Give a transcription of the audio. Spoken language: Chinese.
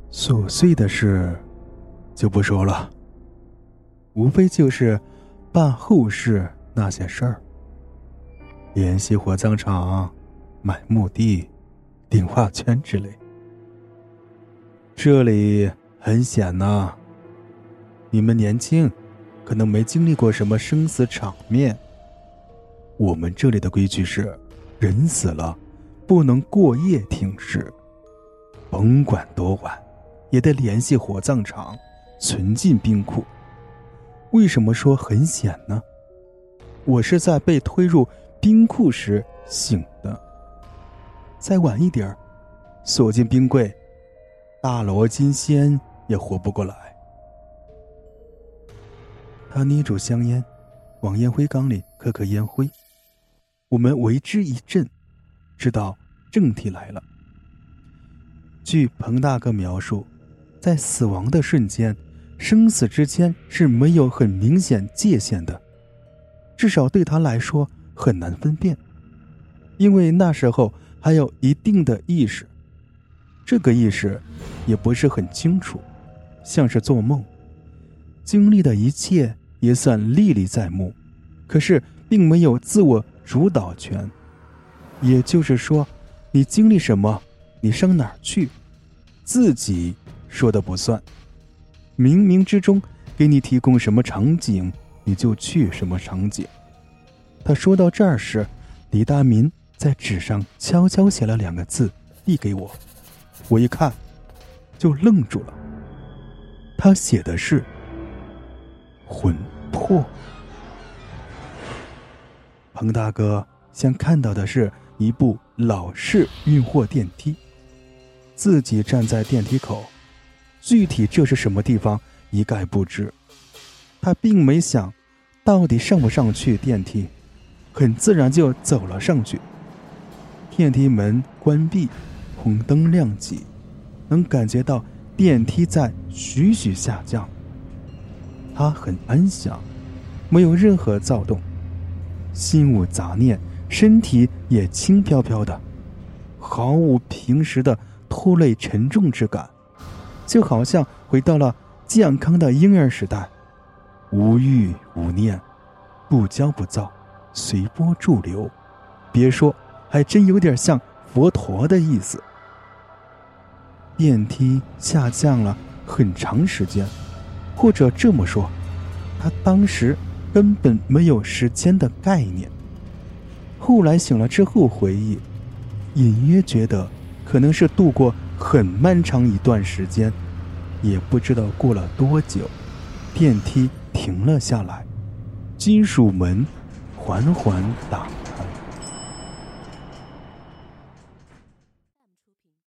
琐碎的事就不说了，无非就是办后事那些事儿，联系火葬场、买墓地、订画圈之类。这里很险呐，你们年轻，可能没经历过什么生死场面。我们这里的规矩是，人死了不能过夜停尸，甭管多晚也得联系火葬场存进冰库。为什么说很险呢？我是在被推入冰库时醒的，再晚一点锁进冰柜，大罗金仙也活不过来。他捏住香烟，往烟灰缸里磕烟灰。我们为之一振，知道正题来了。据彭大哥描述，在死亡的瞬间，生死之间是没有很明显界限的，至少对他来说很难分辨，因为那时候还有一定的意识，这个意识也不是很清楚，像是做梦，经历的一切也算历历在目，可是并没有自我主导权。也就是说，你经历什么，你上哪儿去，自己说的不算，冥冥之中给你提供什么场景，你就去什么场景。他说到这儿时，李大民在纸上悄悄写了2个字递给我，我一看就愣住了，他写的是魂魄。彭大哥先看到的是一部老式运货电梯，自己站在电梯口，具体这是什么地方一概不知。他并没想到底上不上去电梯，很自然就走了上去。电梯门关闭，红灯亮起，能感觉到电梯在徐徐下降。他很安详，没有任何躁动，心无杂念，身体也轻飘飘的，毫无平时的拖累沉重之感，就好像回到了健康的婴儿时代，无欲无念，不骄不躁，随波逐流。别说，还真有点像佛陀的意思。电梯下降了很长时间，或者这么说，他当时根本没有时间的概念。后来醒了之后回忆，隐约觉得可能是度过很漫长一段时间，也不知道过了多久，电梯停了下来，金属门缓缓打